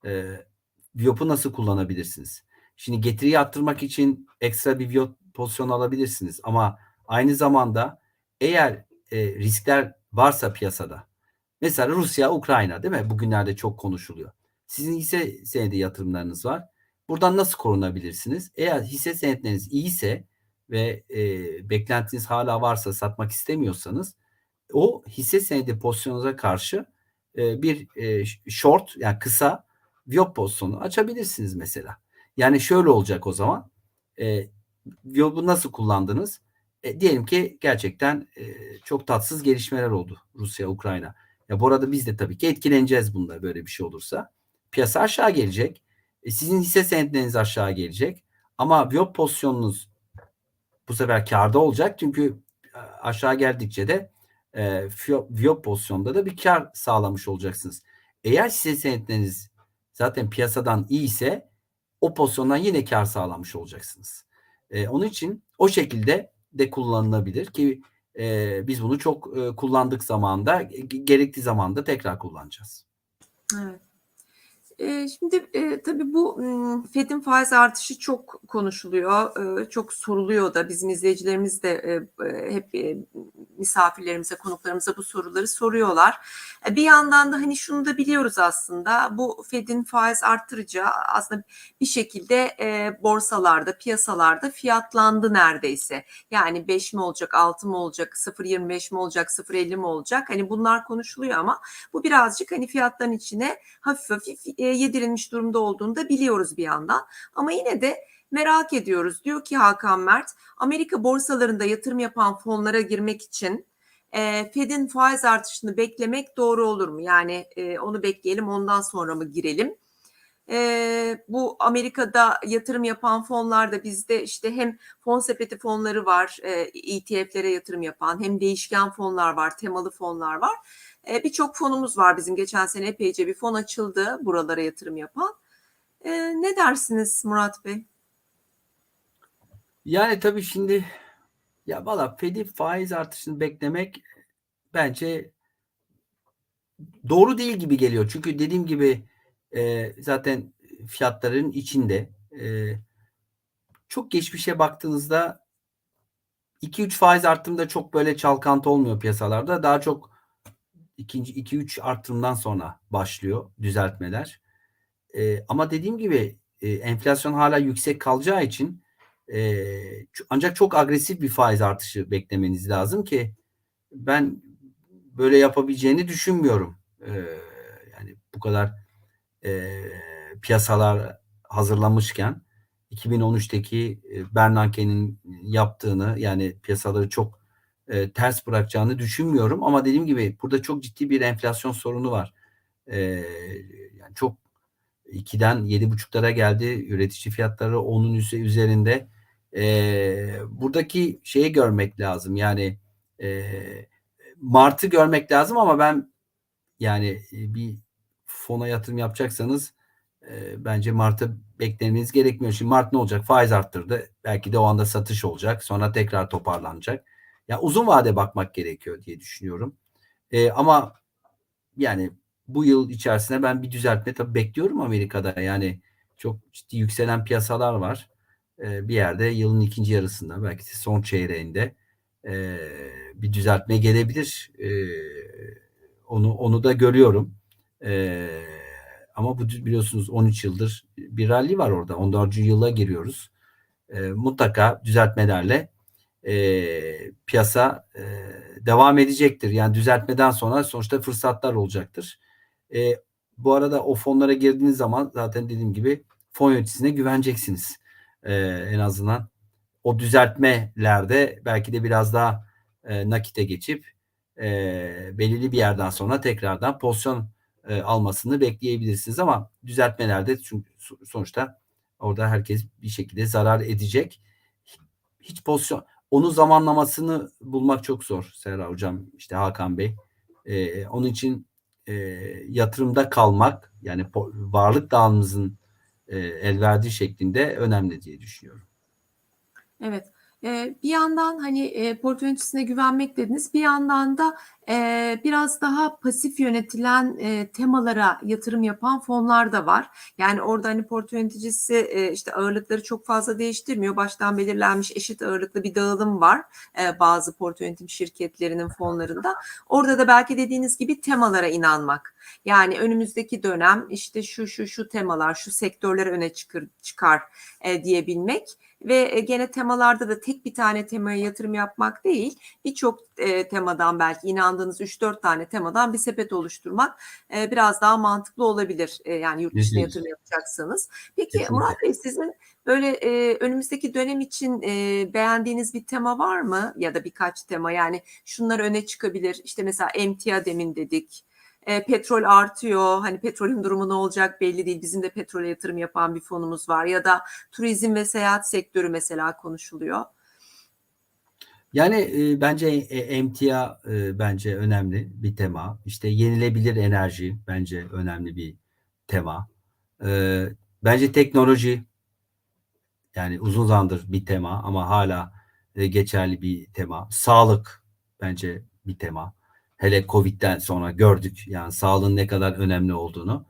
Viyop'u nasıl kullanabilirsiniz? Şimdi getiriyi arttırmak için ekstra bir Viyop pozisyon alabilirsiniz ama aynı zamanda eğer riskler varsa piyasada, mesela Rusya, Ukrayna değil mi? Bugünlerde çok konuşuluyor. Sizin hisse senedi yatırımlarınız var. Buradan nasıl korunabilirsiniz? Eğer hisse senetleriniz iyiyse ve beklentiniz hala varsa, satmak istemiyorsanız, o hisse senedi pozisyonunuza karşı bir short, yani kısa viyop pozisyonu açabilirsiniz mesela. Yani şöyle olacak o zaman. E, Viyopu nasıl kullandınız? Diyelim ki gerçekten çok tatsız gelişmeler oldu Rusya, Ukrayna. Ya bu arada biz de tabii ki etkileneceğiz bunda, böyle bir şey olursa. Piyasa aşağı gelecek. Sizin hisse senetleriniz aşağı gelecek. Ama viyop pozisyonunuz bu sefer kârda olacak. Çünkü aşağı geldikçe de viyop pozisyonda da bir kar sağlamış olacaksınız. Eğer hisse senetleriniz zaten piyasadan iyi ise o pozisyondan yine kar sağlamış olacaksınız. Onun için o şekilde de kullanılabilir ki biz bunu çok kullandık zamanda, gerektiği zamanda tekrar kullanacağız. Evet. Şimdi, tabii bu, Fed'in faiz artışı çok konuşuluyor, çok soruluyor da bizim izleyicilerimiz de, hep, misafirlerimize, konuklarımıza bu soruları soruyorlar. Bir yandan da, hani, şunu da biliyoruz aslında, bu Fed'in faiz arttıracağı aslında bir şekilde, borsalarda, piyasalarda fiyatlandı neredeyse. Yani 5 mi olacak, 6 mı olacak, 0,25 mi olacak, 0,50 mi olacak? Hani, bunlar konuşuluyor ama bu birazcık, hani, fiyatların içine hafif hafif yedirilmiş durumda olduğunu da biliyoruz bir yandan. Ama yine de merak ediyoruz. Diyor ki Hakan Mert, Amerika borsalarında yatırım yapan fonlara girmek için Fed'in faiz artışını beklemek doğru olur mu? Yani onu bekleyelim, ondan sonra mı girelim? Bu Amerika'da yatırım yapan fonlarda bizde işte hem fon sepeti fonları var, ETF'lere yatırım yapan, hem değişken fonlar var, temalı fonlar var. Birçok fonumuz var bizim. Geçen sene epeyce bir fon açıldı buralara yatırım yapan. Ne dersiniz Murat Bey? Yani tabii şimdi ya valla Fed'i faiz artışını beklemek bence doğru değil gibi geliyor. Çünkü dediğim gibi zaten fiyatların içinde çok geçmişe baktığınızda 2-3 faiz arttığında çok böyle çalkantı olmuyor piyasalarda. Daha çok ikinci 2-3 artırımdan sonra başlıyor düzeltmeler. Ama dediğim gibi enflasyon hala yüksek kalacağı için ancak çok agresif bir faiz artışı beklemeniz lazım ki ben böyle yapabileceğini düşünmüyorum. Yani bu kadar piyasalar hazırlamışken 2013'teki Bernanke'nin yaptığını yani piyasaları çok ters bırakacağını düşünmüyorum. Ama dediğim gibi burada çok ciddi bir enflasyon sorunu var. Yani çok 2'den 7,5'lara geldi. Üretici fiyatları 10'un üzerinde. Buradaki şeyi görmek lazım. Yani Mart'ı görmek lazım ama ben yani bir fona yatırım yapacaksanız bence Mart'ı beklemeniz gerekmiyor. Şimdi Mart ne olacak? Faiz arttırdı. Belki de o anda satış olacak. Sonra tekrar toparlanacak. Ya uzun vade bakmak gerekiyor diye düşünüyorum. Ama yani bu yıl içerisinde ben bir düzeltme tabii bekliyorum Amerika'da. Yani çok ciddi yükselen piyasalar var. Bir yerde yılın ikinci yarısında belki de son çeyreğinde bir düzeltme gelebilir. Onu da görüyorum. Ama bu biliyorsunuz 13 yıldır bir rally var orada. 14. yıla giriyoruz. Mutlaka düzeltmelerle piyasa devam edecektir. Yani düzeltmeden sonra sonuçta fırsatlar olacaktır. E, Bu arada o fonlara girdiğiniz zaman zaten dediğim gibi fon yöneticisine güveneceksiniz. En azından o düzeltmelerde belki de biraz daha nakite geçip belirli bir yerden sonra tekrardan pozisyon almasını bekleyebilirsiniz ama düzeltmelerde çünkü sonuçta orada herkes bir şekilde zarar edecek. Hiç pozisyon onun zamanlamasını bulmak çok zor Serra Hocam, işte Hakan Bey. Onun için e, yatırımda kalmak yani varlık dağılımımızın el verdiği şeklinde önemli diye düşünüyorum. Evet. Bir yandan, hani, portföy yöneticisine güvenmek dediniz. Bir yandan da, biraz daha pasif yönetilen, temalara yatırım yapan fonlar da var. Yani orada, hani, portföy yöneticisi, işte, ağırlıkları çok fazla değiştirmiyor. Baştan belirlenmiş eşit ağırlıklı bir dağılım var, bazı portföy yönetim şirketlerinin fonlarında. Orada da belki dediğiniz gibi temalara inanmak. Yani önümüzdeki dönem, işte, şu temalar, şu sektörler öne çıkar, diyebilmek ve gene temalarda da tek bir tane temaya yatırım yapmak değil, birçok temadan belki inandığınız 3-4 tane temadan bir sepet oluşturmak biraz daha mantıklı olabilir. Yani yurt dışına %100. yatırım yapacaksanız. Peki Kesinlikle. Murat Bey sizin böyle önümüzdeki dönem için beğendiğiniz bir tema var mı? Ya da birkaç tema yani şunlar öne çıkabilir. İşte mesela emtia demin dedik. Petrol artıyor. Hani petrolün durumu ne olacak belli değil. Bizim de petrole yatırım yapan bir fonumuz var. Ya da turizm ve seyahat sektörü mesela konuşuluyor. Yani bence emtia bence önemli bir tema. İşte yenilebilir enerji bence önemli bir tema. E, Bence teknoloji yani uzun zamandır bir tema ama hala geçerli bir tema. Sağlık bence bir tema. Hele Covid'den sonra gördük yani sağlığın ne kadar önemli olduğunu.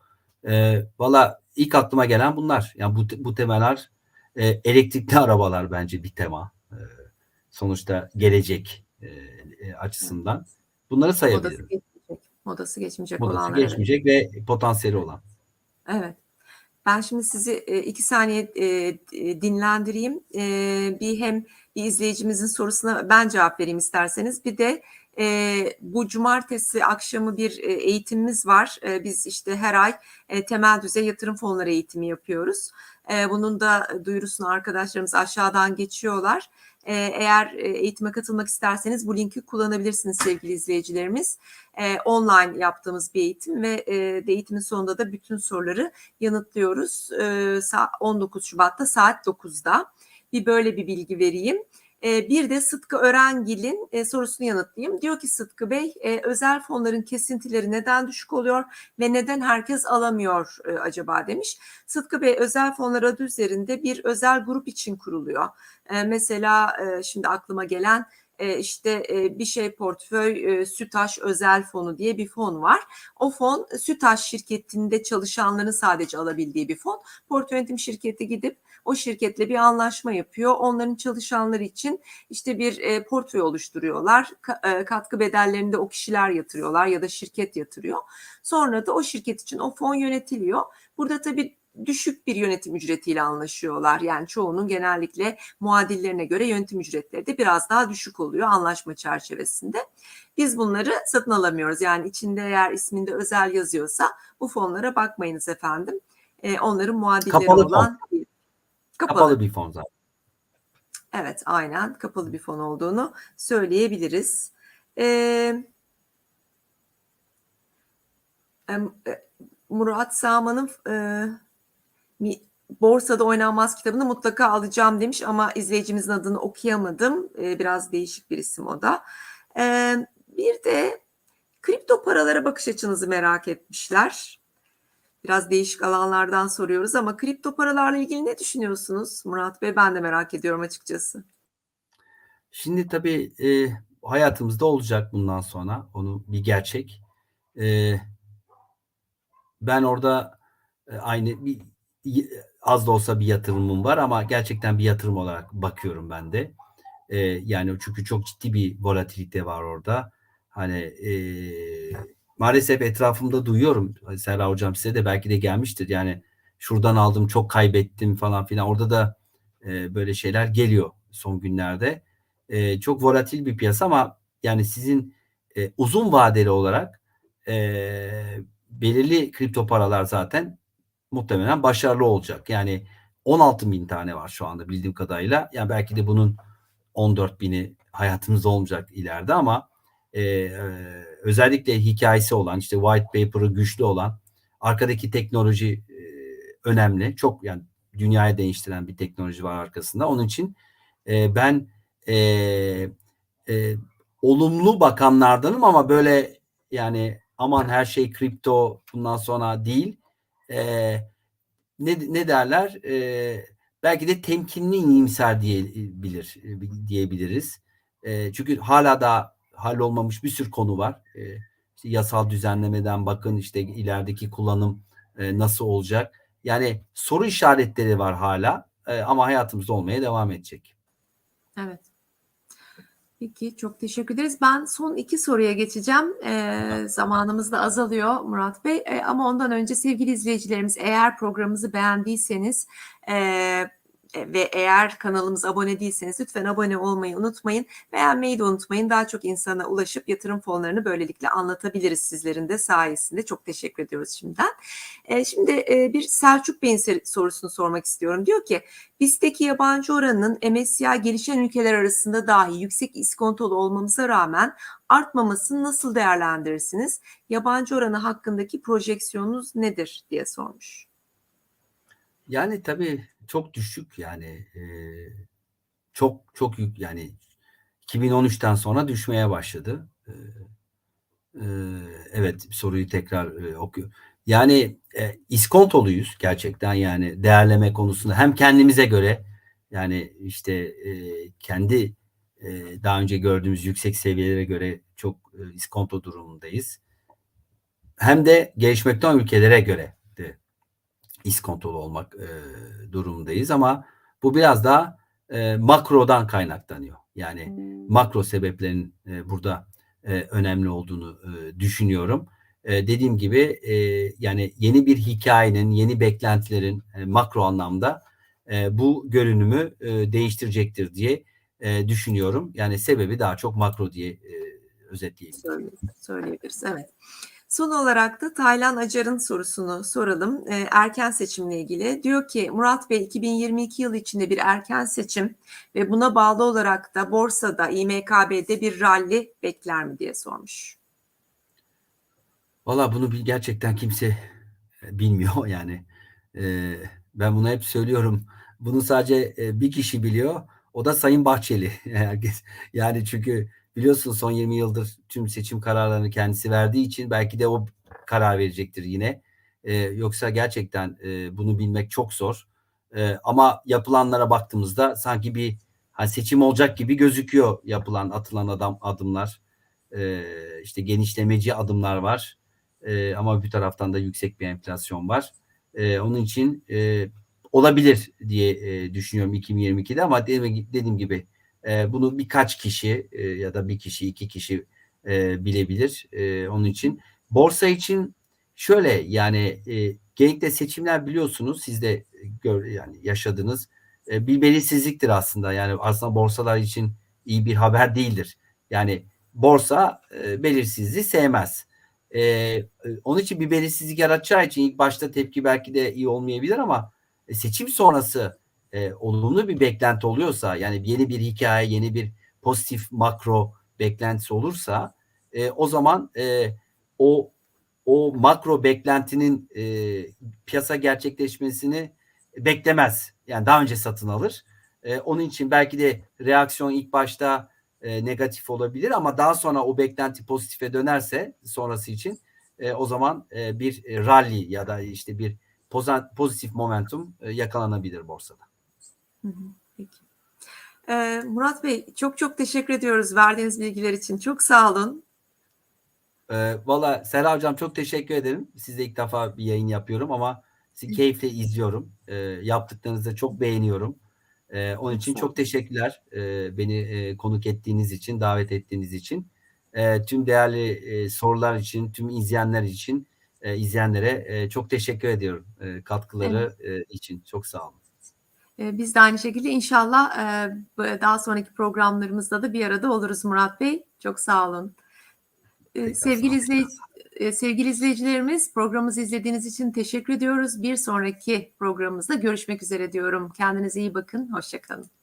Valla ilk aklıma gelen bunlar. Yani bu temalar elektrikli arabalar bence bir tema. Sonuçta gelecek Evet. açısından. Bunları Modası sayabilirim. geçmeyecek. Modası geçmeyecek Modası olanlar, evet. geçmeyecek ve potansiyeli olan. Evet. Ben şimdi sizi 2 saniye dinlendireyim. Bir hem bir izleyicimizin sorusuna ben cevap vereyim isterseniz. Bir de bu cumartesi akşamı bir eğitimimiz var. Biz işte her ay temel düzey yatırım fonları eğitimi yapıyoruz. Bunun da duyurusunu arkadaşlarımız aşağıdan geçiyorlar. Eğer eğitime katılmak isterseniz bu linki kullanabilirsiniz sevgili izleyicilerimiz. Online yaptığımız bir eğitim ve eğitimin sonunda da bütün soruları yanıtlıyoruz. 19 Şubat'ta saat 9'da. Böyle bir bilgi vereyim. Bir de Sıtkı Örengil'in sorusunu yanıtlayayım. Diyor ki Sıtkı Bey, özel fonların kesintileri neden düşük oluyor ve neden herkes alamıyor acaba demiş. Sıtkı Bey, özel fonlar adı üzerinde bir özel grup için kuruluyor. Mesela şimdi aklıma gelen işte bir şey portföy Sütaş Özel Fonu diye bir fon var. O fon Sütaş şirketinde çalışanların sadece alabildiği bir fon. Portföy yönetim şirketi gidip o şirketle bir anlaşma yapıyor. Onların çalışanları için işte bir portföy oluşturuyorlar. Katkı bedellerini de o kişiler yatırıyorlar ya da şirket yatırıyor. Sonra da o şirket için o fon yönetiliyor. Burada tabii düşük bir yönetim ücretiyle anlaşıyorlar. Yani çoğunun genellikle muadillerine göre yönetim ücretleri de biraz daha düşük oluyor anlaşma çerçevesinde. Biz bunları satın alamıyoruz. Yani içinde eğer isminde özel yazıyorsa bu fonlara bakmayınız efendim. Onların muadilleri Kapalı fon. olan kapalı. Kapalı bir fon zaten. Evet, aynen kapalı bir fon olduğunu söyleyebiliriz. Ee, Murat Sağman'ın Borsada Oynanmaz kitabını mutlaka alacağım demiş ama izleyicimizin adını okuyamadım. Biraz değişik bir isim o da. Bir de kripto paralara bakış açınızı merak etmişler. Biraz değişik alanlardan soruyoruz ama kripto paralarla ilgili ne düşünüyorsunuz Murat Bey? Ben de merak ediyorum açıkçası. Şimdi tabii hayatımızda olacak bundan sonra. Onu bir gerçek. E, Ben orada aynı az da olsa bir yatırımım var ama gerçekten bir yatırım olarak bakıyorum ben de. Yani çünkü çok ciddi bir volatilite var orada. Hani maalesef etrafımda duyuyorum. Serra Hocam size de belki de gelmiştir. Yani şuradan aldım çok kaybettim falan filan. Orada da böyle şeyler geliyor son günlerde. Çok volatil bir piyasa ama yani sizin uzun vadeli olarak belirli kripto paralar zaten muhtemelen başarılı olacak. Yani 16 bin tane var şu anda bildiğim kadarıyla. Yani belki de bunun 14 bini hayatımızda olmayacak ileride ama özellikle hikayesi olan işte white paper'ı güçlü olan arkadaki teknoloji önemli. Çok yani dünyayı değiştiren bir teknoloji var arkasında. Onun için ben e, e, olumlu bakanlardanım ama böyle yani aman her şey kripto bundan sonra değil. E, ne derler? Belki de temkinli iyimser diyebiliriz. Çünkü hala da hallolmamış bir sürü konu var. İşte yasal düzenlemeden bakın işte ilerideki kullanım nasıl olacak? Yani soru işaretleri var hala ama hayatımızda olmaya devam edecek. Evet. Peki, çok teşekkür ederiz. Ben son 2 soruya geçeceğim. Zamanımız da azalıyor Murat Bey. Ama ondan önce sevgili izleyicilerimiz, eğer programımızı beğendiyseniz ve eğer kanalımıza abone değilseniz lütfen abone olmayı unutmayın. Beğenmeyi de unutmayın. Daha çok insana ulaşıp yatırım fonlarını böylelikle anlatabiliriz sizlerin de sayesinde. Çok teşekkür ediyoruz şimdiden. Şimdi bir Selçuk Bey'in sorusunu sormak istiyorum. Diyor ki, BIST'teki yabancı oranının MSCI gelişen ülkeler arasında dahi yüksek iskontolu olmamıza rağmen artmamasını nasıl değerlendirirsiniz? Yabancı oranı hakkındaki projeksiyonunuz nedir diye sormuş. Yani tabii çok düşük yani çok yük yani 2013'ten sonra düşmeye başladı. Evet soruyu tekrar okuyor. Yani iskontoluyuz gerçekten yani değerleme konusunda hem kendimize göre yani işte kendi daha önce gördüğümüz yüksek seviyelere göre çok iskonto durumundayız. Hem de gelişmekte olan ülkelere göre de iskontrol olmak durumundayız ama bu biraz daha makrodan kaynaklanıyor. Yani makro sebeplerin burada önemli olduğunu düşünüyorum. Dediğim gibi yani yeni bir hikayenin, yeni beklentilerin makro anlamda bu görünümü değiştirecektir diye düşünüyorum. Yani sebebi daha çok makro diye özetleyebilirim. Söyleyebiliriz. Evet. Son olarak da Taylan Acar'ın sorusunu soralım. Erken seçimle ilgili. Diyor ki Murat Bey 2022 yılı içinde bir erken seçim ve buna bağlı olarak da borsada, İMKB'de bir rally bekler mi diye sormuş. Valla bunu gerçekten kimse bilmiyor yani. Ben bunu hep söylüyorum. Bunu sadece bir kişi biliyor. O da Sayın Bahçeli. Herkes yani çünkü biliyorsun son 20 yıldır tüm seçim kararlarını kendisi verdiği için belki de o karar verecektir yine. Yoksa gerçekten bunu bilmek çok zor. Ama yapılanlara baktığımızda sanki bir hani seçim olacak gibi gözüküyor yapılan atılan adımlar. İşte genişlemeci adımlar var. Ama bir taraftan da yüksek bir enflasyon var. Onun için olabilir diye düşünüyorum 2022'de ama dediğim gibi bunu birkaç kişi ya da bir kişi, iki kişi bilebilir. Onun için borsa için şöyle yani genellikle seçimler biliyorsunuz siz de yani yaşadınız bir belirsizliktir aslında. Yani aslında borsalar için iyi bir haber değildir. Yani borsa belirsizliği sevmez. Onun için bir belirsizlik yaratacağı için ilk başta tepki belki de iyi olmayabilir ama seçim sonrası olumlu bir beklenti oluyorsa yani yeni bir hikaye, yeni bir pozitif makro beklentisi olursa o zaman o makro beklentinin piyasa gerçekleşmesini beklemez. Yani daha önce satın alır. Onun için belki de reaksiyon ilk başta negatif olabilir ama daha sonra o beklenti pozitife dönerse sonrası için o zaman bir rally ya da işte bir pozitif momentum yakalanabilir borsada. Peki. Murat Bey çok çok teşekkür ediyoruz verdiğiniz bilgiler için. Çok sağ olun. Valla Serra Hocam çok teşekkür ederim. Sizle ilk defa bir yayın yapıyorum ama sizi keyifle izliyorum. Yaptıklarınızı çok beğeniyorum. Onun Çok için sağ olun. çok teşekkürler. Beni konuk ettiğiniz için, davet ettiğiniz için. Tüm değerli sorular için, tüm izleyenler için, izleyenlere çok teşekkür ediyorum. Katkıları için. Çok sağ olun. Biz de aynı şekilde inşallah daha sonraki programlarımızda da bir arada oluruz Murat Bey. Çok sağ olun. Tekrar sağ olun. Sevgili izleyicilerimiz programımızı izlediğiniz için teşekkür ediyoruz. Bir sonraki programımızda görüşmek üzere diyorum. Kendinize iyi bakın. Hoşça kalın.